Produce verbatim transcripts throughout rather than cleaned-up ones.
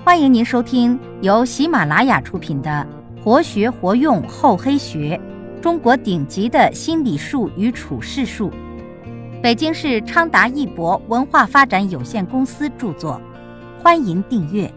欢迎您收听由喜马拉雅出品的《活学活用厚黑学：中国顶级的心理术与处世术》，北京市昌达一博文化发展有限公司著作。欢迎订阅。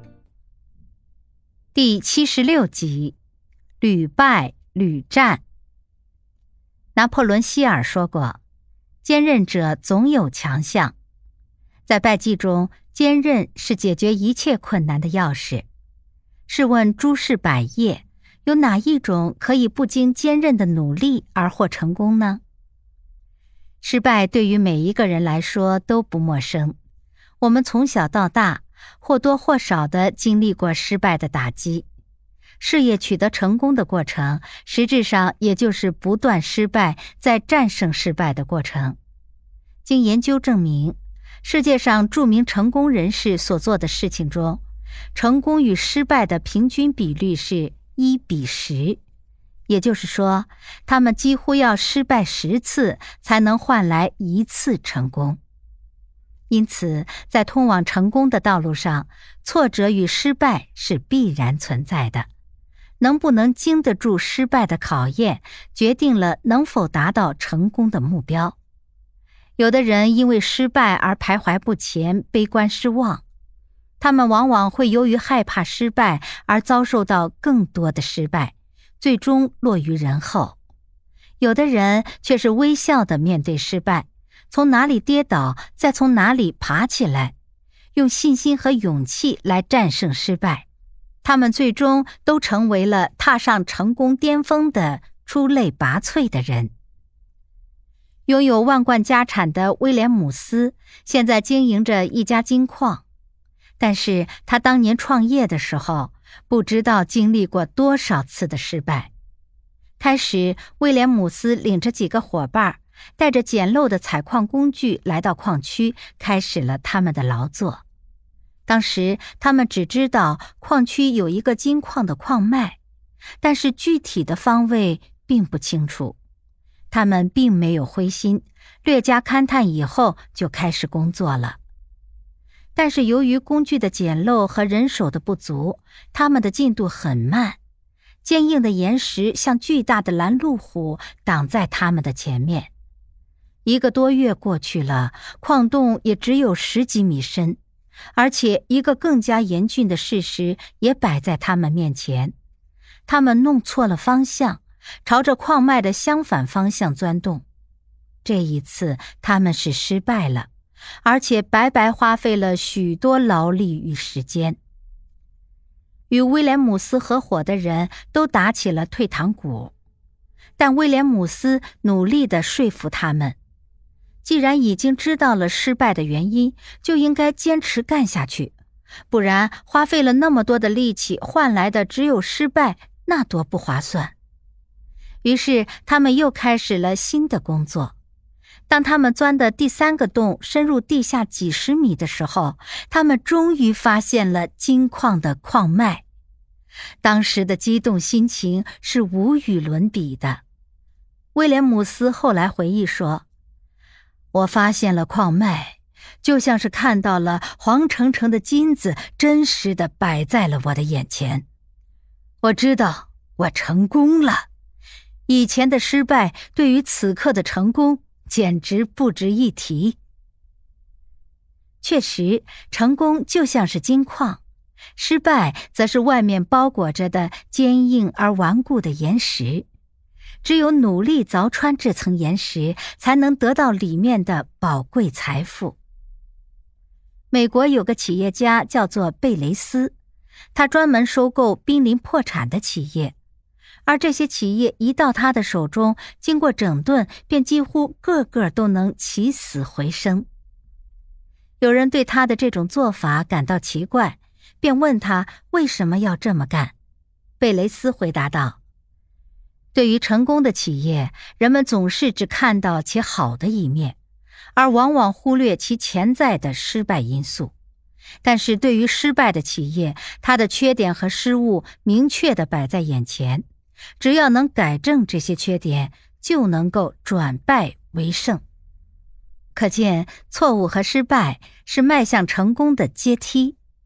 第七十六集，屡败屡战。拿破仑希尔说过，坚韧者总有强项。在败绩中，坚韧是解决一切困难的钥匙。试问诸事百业，有哪一种可以不经坚韧的努力而获成功呢？失败对于每一个人来说都不陌生，我们从小到大或多或少地经历过失败的打击。事业取得成功的过程，实质上也就是不断失败再战胜失败的过程。经研究证明，世界上著名成功人士所做的事情中，成功与失败的平均比率是一比十，也就是说，他们几乎要失败十次才能换来一次成功。因此，在通往成功的道路上，挫折与失败是必然存在的。能不能经得住失败的考验，决定了能否达到成功的目标。有的人因为失败而徘徊不前，悲观失望，他们往往会由于害怕失败而遭受到更多的失败，最终落于人后。有的人却是微笑地面对失败，从哪里跌倒，再从哪里爬起来，用信心和勇气来战胜失败。他们最终都成为了踏上成功巅峰的出类拔萃的人。拥有万贯家产的威廉姆斯现在经营着一家金矿，但是他当年创业的时候，不知道经历过多少次的失败。开始，威廉姆斯领着几个伙伴，带着简陋的采矿工具来到矿区，开始了他们的劳作。当时他们只知道矿区有一个金矿的矿脉，但是具体的方位并不清楚。他们并没有灰心，略加勘探以后就开始工作了。但是由于工具的简陋和人手的不足，他们的进度很慢。坚硬的岩石像巨大的拦路虎挡在他们的前面。一个多月过去了，矿洞也只有十几米深。而且一个更加严峻的事实也摆在他们面前，他们弄错了方向，朝着矿脉的相反方向钻动。这一次他们是失败了，而且白白花费了许多劳力与时间。与威廉姆斯合伙的人都打起了退堂鼓，但威廉姆斯努力地说服他们，既然已经知道了失败的原因，就应该坚持干下去，不然花费了那么多的力气换来的只有失败，那多不划算。于是他们又开始了新的工作。当他们钻的第三个洞深入地下几十米的时候，他们终于发现了金矿的矿脉。当时的激动心情是无与伦比的。威廉姆斯后来回忆说，我发现了矿脉，就像是看到了黄澄澄的金子真实地摆在了我的眼前。我知道我成功了，以前的失败对于此刻的成功简直不值一提。确实，成功就像是金矿，失败则是外面包裹着的坚硬而顽固的岩石。只有努力凿穿这层岩石，才能得到里面的宝贵财富。美国有个企业家叫做贝雷斯，他专门收购濒临破产的企业，而这些企业一到他的手中，经过整顿，便几乎个个都能起死回生。有人对他的这种做法感到奇怪，便问他为什么要这么干。贝雷斯回答道，对于成功的企业，人们总是只看到其好的一面，而往往忽略其潜在的失败因素。但是对于失败的企业，它的缺点和失误明确地摆在眼前，只要能改正这些缺点，就能够转败为胜。可见，错误和失败是迈向成功的阶梯。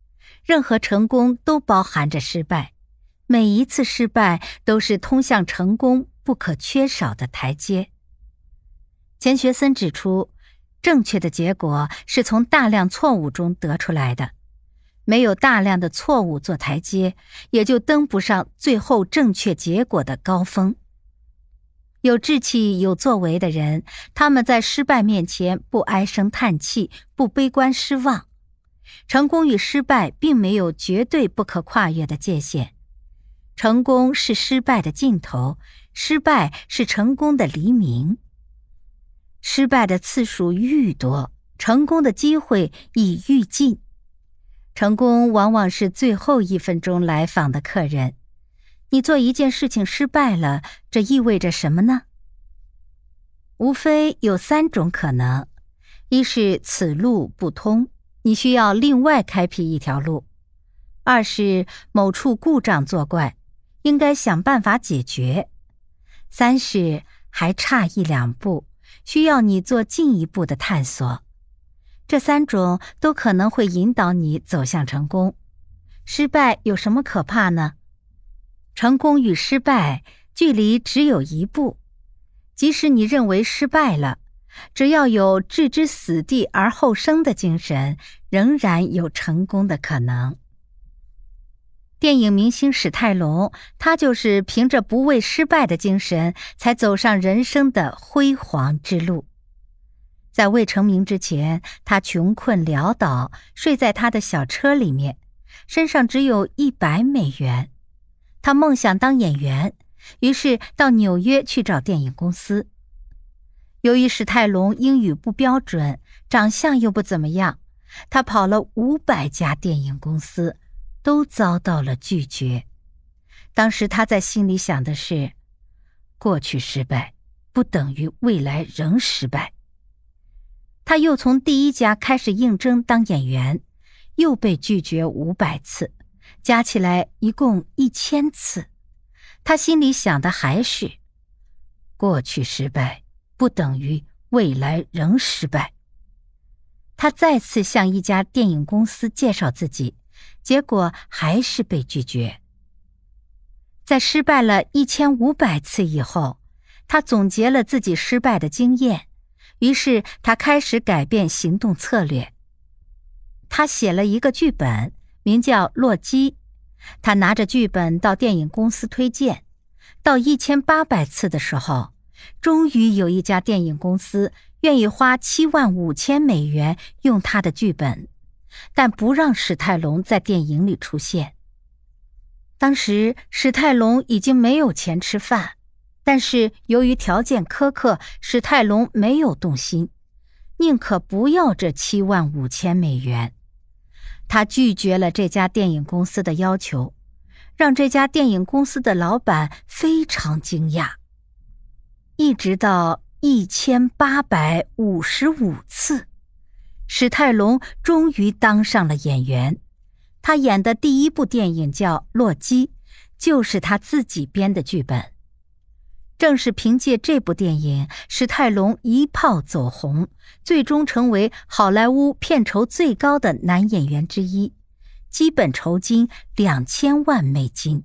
任何成功都包含着失败，每一次失败都是通向成功不可缺少的台阶。钱学森指出，正确的结果是从大量错误中得出来的，没有大量的错误做台阶，也就登不上最后正确结果的高峰。有志气、有作为的人，他们在失败面前不唉声叹气，不悲观失望。成功与失败并没有绝对不可跨越的界限，成功是失败的尽头，失败是成功的黎明。失败的次数愈多，成功的机会已愈近。成功往往是最后一分钟来访的客人。你做一件事情失败了，这意味着什么呢？无非有三种可能：一是此路不通，你需要另外开辟一条路；二是某处故障作怪，应该想办法解决；三是还差一两步，需要你做进一步的探索。这三种都可能会引导你走向成功。失败有什么可怕呢？成功与失败距离只有一步，即使你认为失败了，只要有置之死地而后生的精神，仍然有成功的可能。电影明星史泰龙，他就是凭着不畏失败的精神，才走上人生的辉煌之路。在未成名之前，他穷困潦倒，睡在他的小车里面，身上只有一百美元。他梦想当演员，于是到纽约去找电影公司。由于史泰龙英语不标准，长相又不怎么样，他跑了五百家电影公司，都遭到了拒绝。当时他在心里想的是，过去失败不等于未来仍失败。他又从第一家开始应征当演员，又被拒绝五百次，加起来一共一千次。他心里想的还是，过去失败不等于未来仍失败。他再次向一家电影公司介绍自己，结果还是被拒绝。在失败了一千五百次以后，他总结了自己失败的经验，于是他开始改变行动策略。他写了一个剧本，名叫《洛基》。他拿着剧本到电影公司推荐，到一千八百次的时候，终于有一家电影公司愿意花七万五千美元用他的剧本，但不让史泰龙在电影里出现。当时史泰龙已经没有钱吃饭，但是由于条件苛刻，史泰龙没有动心，宁可不要这七万五千美元。他拒绝了这家电影公司的要求，让这家电影公司的老板非常惊讶。一直到一千八百五十五次，史泰龙终于当上了演员。他演的第一部电影叫《洛基》，就是他自己编的剧本。正是凭借这部电影，史泰龙一炮走红，最终成为好莱坞片酬最高的男演员之一，基本酬金两千万美金。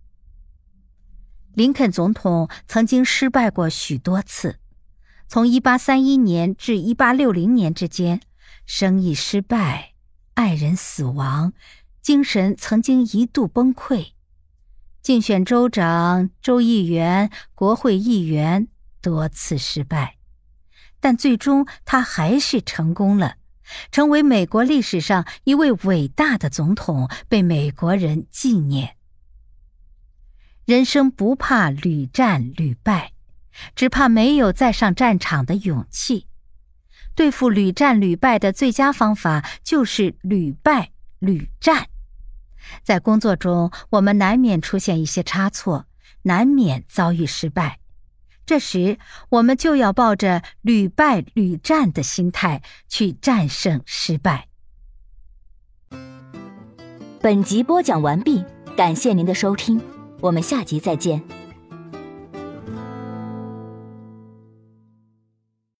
林肯总统曾经失败过许多次，从一八三一年至一八六零年之间，生意失败，爱人死亡，精神曾经一度崩溃。竞选州长、州议员、国会议员多次失败，但最终他还是成功了，成为美国历史上一位伟大的总统，被美国人纪念。人生不怕屡战屡败，只怕没有再上战场的勇气。对付屡战屡败的最佳方法就是屡败屡战。在工作中，我们难免出现一些差错，难免遭遇失败。这时，我们就要抱着屡败屡战的心态去战胜失败。 本集播讲完毕，感谢您的收听，我们下集再见。